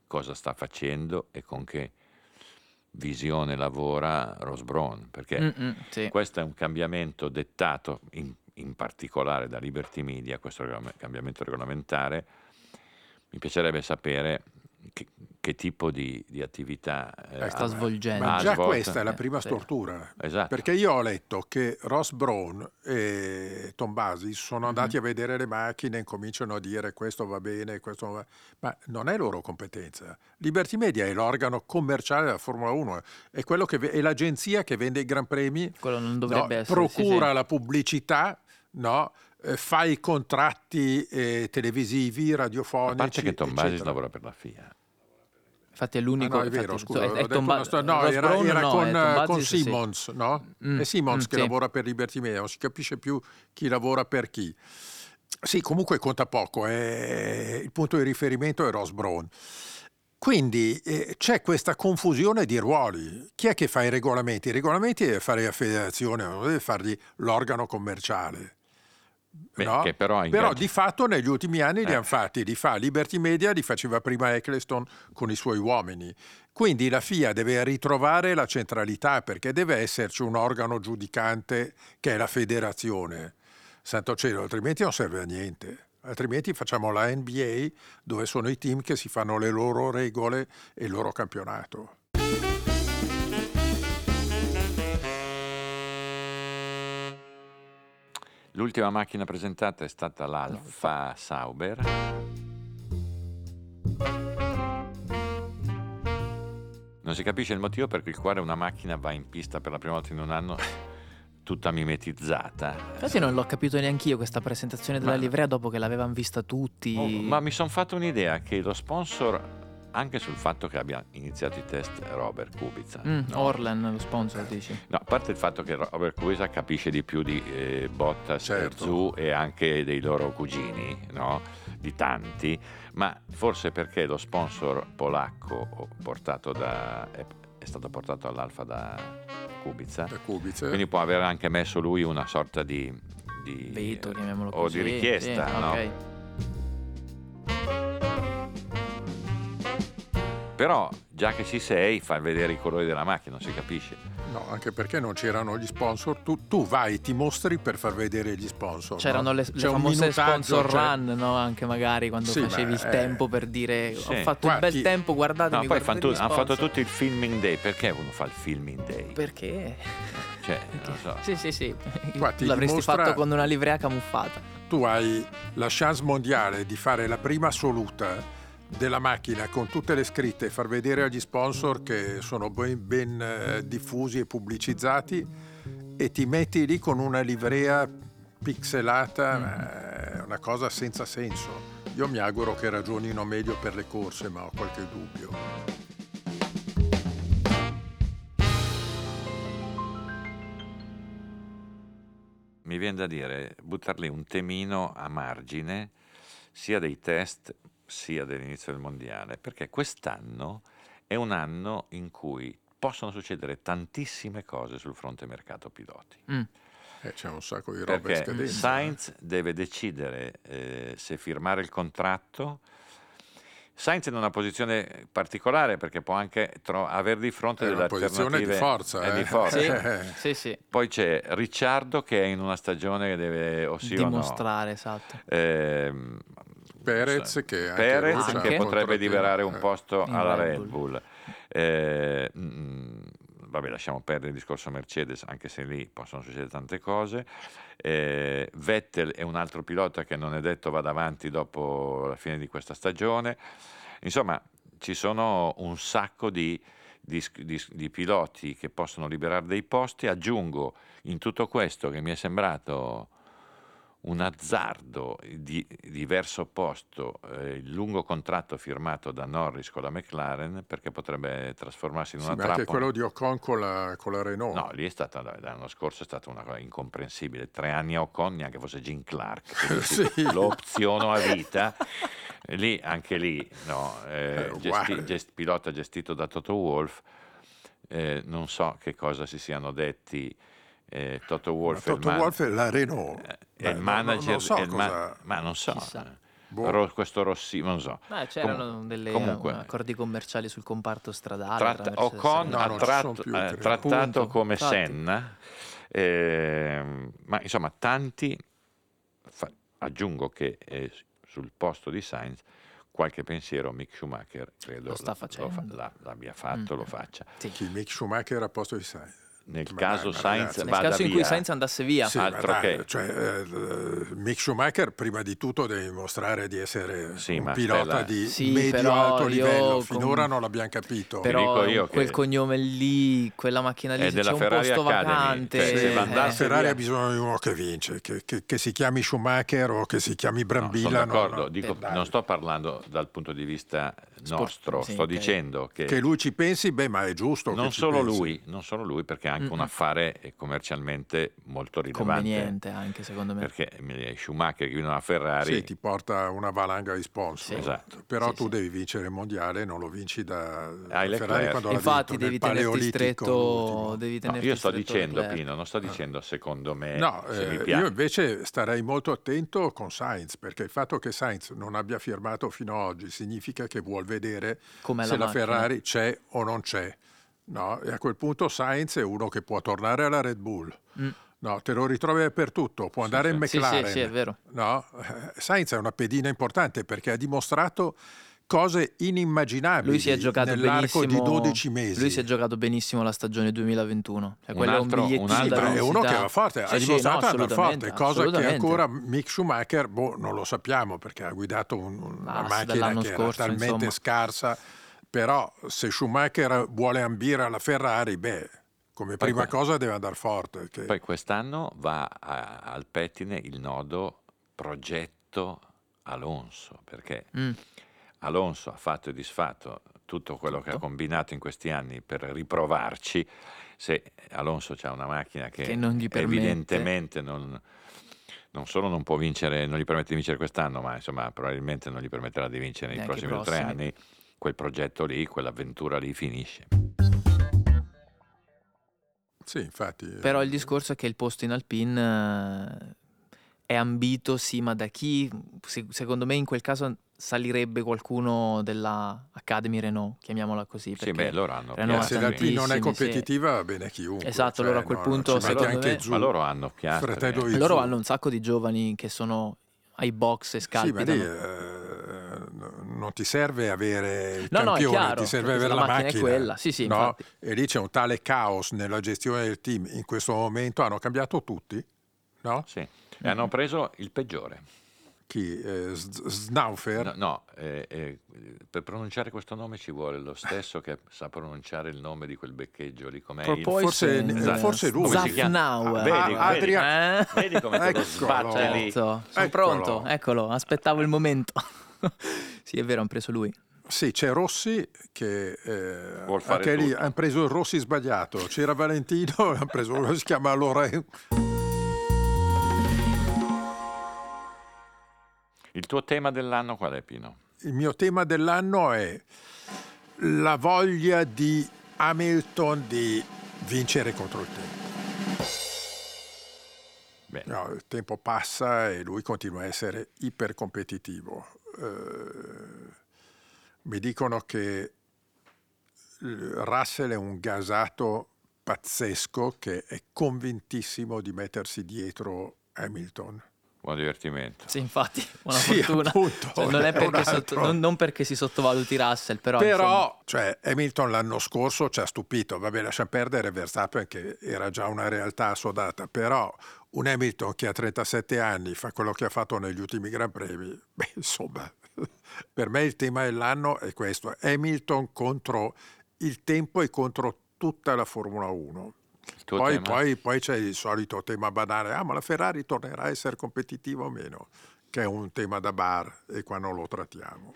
cosa sta facendo e con che visione lavora Ross Brawn, perché sì. questo è un cambiamento dettato in particolare da Liberty Media, questo cambiamento regolamentare. Mi piacerebbe sapere che tipo di attività sta svolgendo. Ma già svolto. questa è la prima stortura. Esatto. Perché io ho letto che Ross Brawn e Tom Basis sono andati a vedere le macchine e cominciano a dire questo va bene, questo va... Ma non è loro competenza. Liberty Media è l'organo commerciale della Formula 1, è quello che è l'agenzia che vende i Gran Premi, Quello non dovrebbe essere. procura sì. la pubblicità, no? Fa i contratti televisivi, radiofonici. A parte che Tom Basis eccetera. lavora per la FIA. Infatti è l'unico. No, è vero, infatti, scusa, è ho detto Tom una Ba- storia. No, Ross era Brawn no, con, è Tom con Basis, sì. Simmons, no? È Simmons che sì. lavora per Liberty Media, non si capisce più chi lavora per chi. Sì, comunque conta poco, il punto di riferimento è Ross Brawn. Quindi c'è questa confusione di ruoli. Chi è che fa i regolamenti? I regolamenti deve fare la federazione, non deve farli l'organo commerciale. Beh, No? che però di fatto negli ultimi anni li hanno fatti, li fa Liberty Media, li faceva prima Eccleston con i suoi uomini. Quindi la FIA deve ritrovare la centralità, perché deve esserci un organo giudicante che è la federazione. Santo cielo, altrimenti non serve a niente. Altrimenti facciamo la NBA, dove sono i team che si fanno le loro regole e il loro campionato. L'ultima macchina presentata è stata l'Alfa Sauber. Non si capisce il motivo per il quale una macchina va in pista per la prima volta in un anno tutta mimetizzata. Infatti non l'ho capito neanche io questa presentazione della livrea dopo che l'avevano vista tutti. Ma mi sono fatto un'idea che lo sponsor, anche sul fatto che abbia iniziato i test Robert Kubica. No? Orlen, lo sponsor, dici? No, a parte il fatto che Robert Kubica capisce di più di Bottas, Certo. Zhou e anche dei loro cugini, no? Di tanti, ma forse perché lo sponsor polacco è stato portato all'Alfa da Kubica, Da Kubica. quindi può aver anche messo lui una sorta di Veto, chiamiamolo o così. di richiesta, sì, no? ok. Però già che ci sei, fai vedere i colori della macchina, non si capisce. no, anche perché non c'erano gli sponsor. Tu vai, ti mostri per far vedere gli sponsor. C'erano no? le C'è un famose minutaggio, sponsor cioè- run, no? Anche magari quando Sì, facevi il tempo per dire Sì. ho fatto un bel tempo, guardatemi. No, poi guardatemi gli hanno fatto sponsor. tutti il filming day. Perché uno fa il filming day? Perché? Cioè, non lo so. Sì. Qua ti L'avresti dimostra- fatto con una livrea camuffata. Tu hai la chance mondiale di fare la prima assoluta della macchina con tutte le scritte e far vedere agli sponsor che sono ben diffusi e pubblicizzati, e ti metti lì con una livrea pixelata. È una cosa senza senso. Io mi auguro che ragionino meglio per le corse, ma ho qualche dubbio. Mi viene da dire, buttar lì un temino a margine sia dei test sia dell'inizio del mondiale, perché quest'anno è un anno in cui possono succedere tantissime cose sul fronte mercato piloti. C'è un sacco di roba in Perché scadenza. Sainz deve decidere se firmare il contratto. Sainz è in una posizione particolare perché può anche aver di fronte È delle una posizione alternative di forza. di forza. Sì. Poi c'è Ricciardo che è in una stagione che deve o sì Dimostrare, esatto. o no. Perez che anche Perez lui c'ha che un potrebbe contrattino. liberare un posto In alla Red Red Bull. Vabbè, lasciamo perdere il discorso Mercedes, anche se lì possono succedere tante cose. Vettel è un altro pilota che non è detto vada avanti dopo la fine di questa stagione. Insomma, ci sono un sacco di piloti che possono liberare dei posti. Aggiungo in tutto questo che mi è sembrato un azzardo di diverso opposto, il lungo contratto firmato da Norris con la McLaren, perché potrebbe trasformarsi in una Sì, ma trappola. anche quello di Ocon con la Renault. No, lì è stata l'anno scorso è stata una cosa incomprensibile. 3 anni a Ocon, neanche fosse Jim Clark, Sì. lo opziono a vita. Lì, anche lì, no, pilota gestito da Toto Wolff, non so che cosa si siano detti. Toto Wolff Wolff è la Renault. è il manager, non so cosa... ma non so. Chissà. questo Rossi, non so. C'erano delle accordi commerciali sul comparto stradale. Ocon ha trattato Appunto, come infatti. Senna, ma insomma tanti, aggiungo che sul posto di Sainz qualche pensiero Mick Schumacher credo Lo sta facendo. l'abbia fatto, lo faccia. Sì. Chi Mick Schumacher a posto di Sainz? Nel caso Sainz Nel vada caso in via, cui Sainz andasse via. Sì, altro ma dai, che Mick Schumacher prima di tutto deve dimostrare di essere un ma pilota Stella, di medio-alto livello. Finora non l'abbiamo capito. Però dico io quel che cognome lì, quella macchina lì, è se della c'è un Ferrari posto Academy, vacante. cioè, se La andasse Ferrari via- ha bisogno di uno che vince, che si chiami Schumacher o che si chiami No, Brambilla. sono d'accordo, no. dico, Dai. non sto parlando dal punto di vista nostro, sì, sto ok. dicendo Che lui ci pensi, ma è giusto non che ci solo pensi. non solo lui, perché è anche un affare commercialmente molto rilevante, Conveniente anche secondo me. perché Schumacher che viene dalla Ferrari Sì, ti porta una valanga di sponsor. Sì. Esatto. Però Sì, tu sì. devi vincere il mondiale, non lo vinci da Hai Ferrari Leclerc. quando l'ha Infatti vinto, devi nel tenerti Paleolitico, stretto, l'ultimo. devi No, tenerti io sto stretto dicendo, Leclerc. Pino, non sto dicendo secondo me, No, se mi io piace. invece starei molto attento con Sainz, perché il fatto che Sainz non abbia firmato fino ad oggi significa che vuol vedere Com'è se la la macchina. Ferrari c'è o non c'è. No? E a quel punto Sainz è uno che può tornare alla Red Bull. No, te lo ritrovi dappertutto, può andare in Sì, McLaren. sì, è vero. No? Sainz è una pedina importante perché ha dimostrato cose inimmaginabili Lui si è giocato nell'arco benissimo. di 12 mesi. Lui si è giocato benissimo la stagione 2021. Cioè, Un quello altro- è un bigliettino un da altro- È uno visita. che va forte, ha Sì, dimostrato no, di andare forte, cosa che assolutamente. ancora Mick Schumacher non lo sappiamo perché ha guidato una macchina dall'anno che era scorso, talmente insomma. scarsa, però se Schumacher vuole ambire alla Ferrari, come prima cosa deve andare forte. Poi quest'anno va al pettine il nodo progetto Alonso, perché Alonso ha fatto e disfatto tutto quello che ha combinato in questi anni per riprovarci. Se Alonso ha una macchina che non gli permette. evidentemente non solo non può vincere, non gli permette di vincere quest'anno, ma insomma probabilmente non gli permetterà di vincere nei Neanche i prossimi 3 prossimi. anni, quel progetto lì, quell'avventura lì finisce. Sì, infatti. Però il discorso è che il posto in Alpine è ambito, sì, ma da chi? Secondo me in quel caso salirebbe qualcuno della Academy Renault, chiamiamola così. Sì, perché loro hanno Renault Se ha l'Alpine non è tantissimi, competitiva va bene chiunque. Esatto, allora a quel punto, ci metti secondo anche me- giù Ma loro hanno Piastri. fratello di loro giù. hanno un sacco di giovani che sono ai box e Sì, ma scalpitano. lì non ti serve avere il No, no, è campione, chiaro, ti serve perché avere se la la macchina è macchina. quella, sì, no? infatti. E lì c'è un tale caos nella gestione del team. In questo momento hanno cambiato tutti, no? Sì, e hanno preso il peggiore. Chi? Snaufer? No, per pronunciare questo nome ci vuole lo stesso che sa pronunciare il nome di quel beccheggio lì, com'è il... Forse lui. Come si chiama? Zafnauer. Vedi come te lo Eccolo. sbatte lì. Sono Eccolo. pronto, eccolo, aspettavo il momento. Sì, è vero, hanno preso lui. Sì, c'è Rossi che Vuol fare anche lì tutto. hanno preso il Rossi sbagliato. C'era Valentino, hanno preso uno che si chiama Lorenzo. Il tuo tema dell'anno qual è, Pino? Il mio tema dell'anno è la voglia di Hamilton di vincere contro il tempo. Bene. No, il tempo passa e lui continua a essere ipercompetitivo. Mi dicono che Russell è un gasato pazzesco che è convintissimo di mettersi dietro Hamilton. Buon divertimento. Sì, infatti, buona Sì, fortuna. appunto, Cioè, non è è un perché altro. non perché si sottovaluti Russell, però insomma, Però, cioè, Hamilton l'anno scorso ci ha stupito. Vabbè, lascia perdere Verstappen che era già una realtà assodata, però un Hamilton che a 37 anni fa quello che ha fatto negli ultimi Gran Premi, insomma, per me il tema dell'anno è questo: Hamilton contro il tempo e contro tutta la Formula 1. Il tuo tema? Poi c'è il solito tema banale, ma la Ferrari tornerà a essere competitiva o meno, che è un tema da bar e qua non lo trattiamo.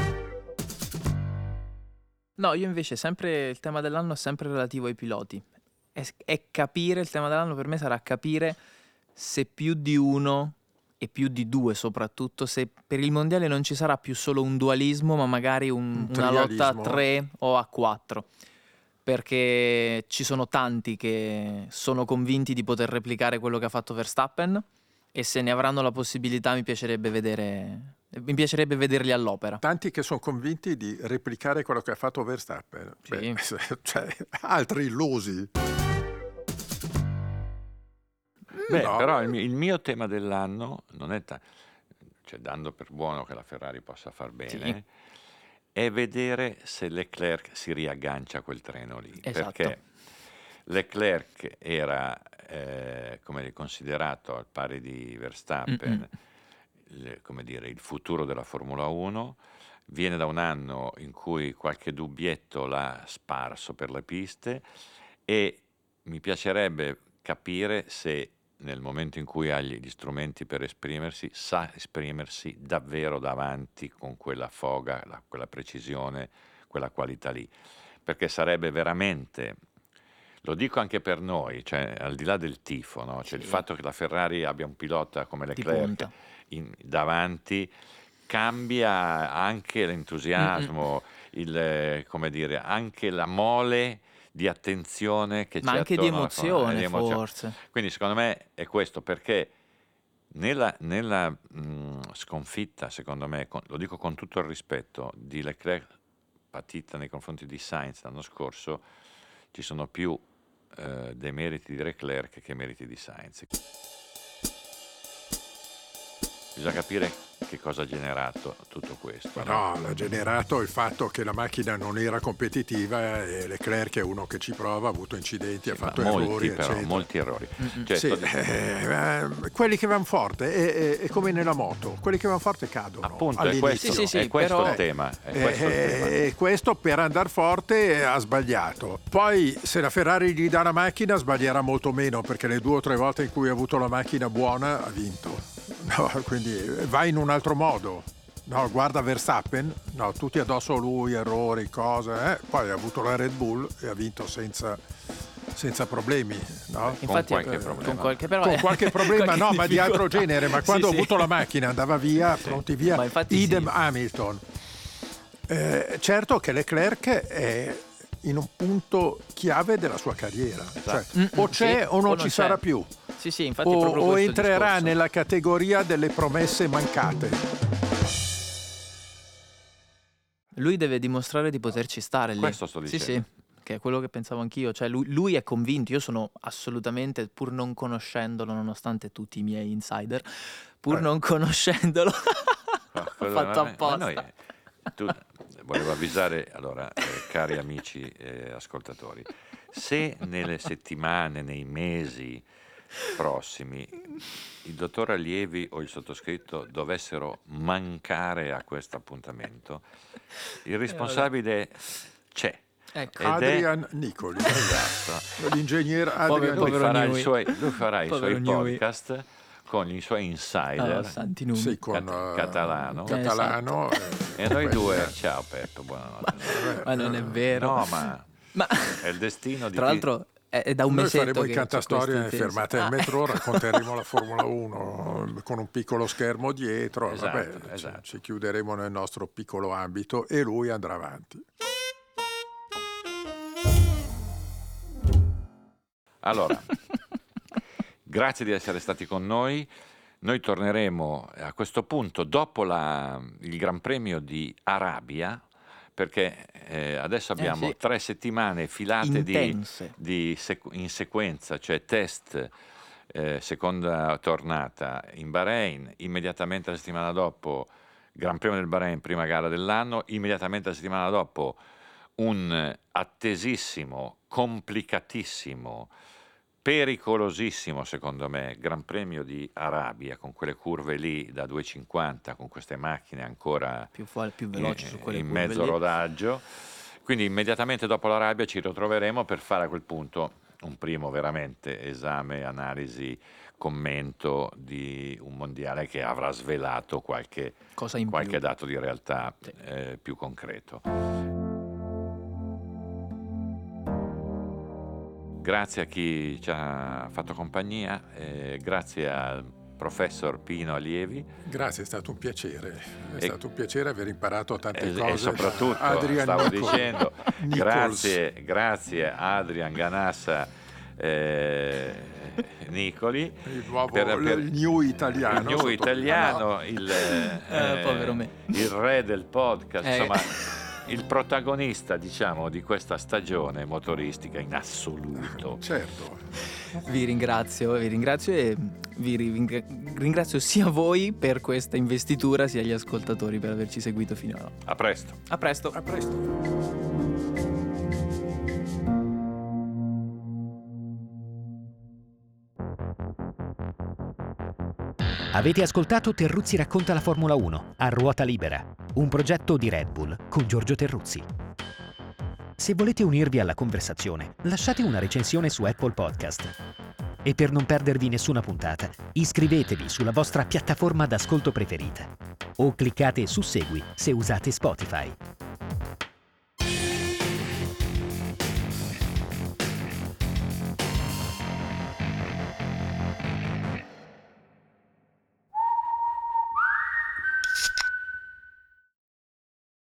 No, io invece sempre il tema dell'anno è sempre relativo ai piloti. È capire, il tema dell'anno per me sarà capire se più di uno e più di due soprattutto, se per il mondiale non ci sarà più solo un dualismo, ma magari una lotta a trialismo. 3 o a 4. Perché ci sono tanti che sono convinti di poter replicare quello che ha fatto Verstappen e se ne avranno la possibilità mi piacerebbe vedere Mi piacerebbe vederli all'opera. Tanti che sono convinti di replicare quello che ha fatto Verstappen. Sì. Beh, cioè, altri illusi. Beh, No. però il mio tema dell'anno non è cioè dando per buono che la Ferrari possa far bene, è vedere se Leclerc si riaggancia a quel treno lì. Esatto. Perché Leclerc era come considerato al pari di Verstappen, come dire, il futuro della Formula 1. Viene da un anno in cui qualche dubbietto l'ha sparso per le piste e mi piacerebbe capire se nel momento in cui ha gli strumenti per esprimersi, sa esprimersi davvero davanti con quella foga, quella precisione, quella qualità lì. Perché sarebbe veramente, lo dico anche per noi, cioè al di là del tifo, no? Cioè il fatto che la Ferrari abbia un pilota come Leclerc davanti cambia anche l'entusiasmo, come dire, anche la mole di attenzione che ma c'è anche di attorno emozione, emozione. forse. Quindi secondo me è questo, perché nella sconfitta, secondo me, lo dico con tutto il rispetto, di Leclerc patita nei confronti di Sainz l'anno scorso, ci sono più dei meriti di Leclerc che meriti di Sainz. Bisogna capire che cosa ha generato tutto questo. No, l'ha generato il fatto che la macchina non era competitiva e Leclerc è uno che ci prova, ha avuto incidenti, ha fatto errori, però, eccetera. molti errori. Cioè, Sì, quelli che vanno forte è come nella moto, quelli che vanno forte cadono. appunto, è all'inizio. questo, Sì, è questo però- il tema. È questo il tema. E questo per andare forte ha sbagliato. Poi se la Ferrari gli dà la macchina sbaglierà molto meno, perché le 2 o 3 volte in cui ha avuto la macchina buona ha vinto. No, quindi va in un altro modo. No, guarda Verstappen, no, tutti addosso a lui, errori, cose, poi ha avuto la Red Bull e ha vinto senza problemi, no? Infatti, qualche problema. Con qualche problema, no, ma di altro genere, ma quando ha avuto la macchina andava via, pronti via, Ma infatti idem sì. Hamilton. Certo che Leclerc è in un punto chiave della sua carriera, cioè, o c'è Sì, o non o ci non sarà c'è. più, Sì, infatti è proprio o questo il entrerà discorso. nella categoria delle promesse mancate. Lui deve dimostrare di poterci stare lì. Questo sto dicendo. Sì, che è quello che pensavo anch'io. Cioè lui è convinto, io sono assolutamente, pur non conoscendolo, nonostante tutti i miei insider, pur non conoscendolo, ho fatto apposta. Volevo avvisare, allora, cari amici e ascoltatori, se nelle settimane, nei mesi prossimi il dottor Allievi o il sottoscritto dovessero mancare a questo appuntamento, il responsabile c'è. Ecco. Ed è- Adrian Nicoli, Esatto. l'ingegnere Adrian Lui Povero farà, Newey. lui farà i Povero suoi Newey. podcast con i suoi insider. Santi numeri. sì, con Catalano. Catalano, E noi quelli- due, ciao Peppo, buonanotte. Ma non è vero. No, ma Ma è il destino di tra chi- l'altro è da un Noi mesetto faremo i che cantastorie c'è nelle questi fermate tesi. del metro, racconteremo la Formula 1 con un piccolo schermo dietro, Esatto, vabbè, esatto. ci chiuderemo nel nostro piccolo ambito e lui andrà avanti. Allora, grazie di essere stati con noi. Noi torneremo a questo punto dopo il Gran Premio di Arabia, perché adesso abbiamo sì. 3 settimane filate Intense. in sequenza, cioè test, seconda tornata in Bahrain, immediatamente la settimana dopo Gran Premio del Bahrain, prima gara dell'anno, immediatamente la settimana dopo un attesissimo, complicatissimo, pericolosissimo secondo me Gran Premio di Arabia, con quelle curve lì da 2,50, con queste macchine ancora più veloci su quelle in curve mezzo lì. rodaggio. Quindi immediatamente dopo l'Arabia ci ritroveremo per fare a quel punto un primo veramente esame, analisi, commento di un mondiale che avrà svelato qualche Cosa in qualche più. dato di realtà più concreto. Grazie a chi ci ha fatto compagnia, grazie al professor Pino Allievi. Grazie, è stato un piacere. È E- stato un piacere aver imparato tante cose. E soprattutto, da Adrian stavo Nichols. dicendo, Nichols. grazie Adrian Ganassa Nicoli, Il nuovo il new italiano. il new italiano, povero me. il re del podcast, Eh. insomma, il protagonista, diciamo, di questa stagione motoristica in assoluto. Certo. Vi ringrazio e ringrazio sia voi per questa investitura sia gli ascoltatori per averci seguito finora. A presto. A presto. A presto. Avete ascoltato Terruzzi racconta la Formula 1 a ruota libera, un progetto di Red Bull con Giorgio Terruzzi. Se volete unirvi alla conversazione, lasciate una recensione su Apple Podcast. E per non perdervi nessuna puntata, iscrivetevi sulla vostra piattaforma d'ascolto preferita o cliccate su Segui se usate Spotify.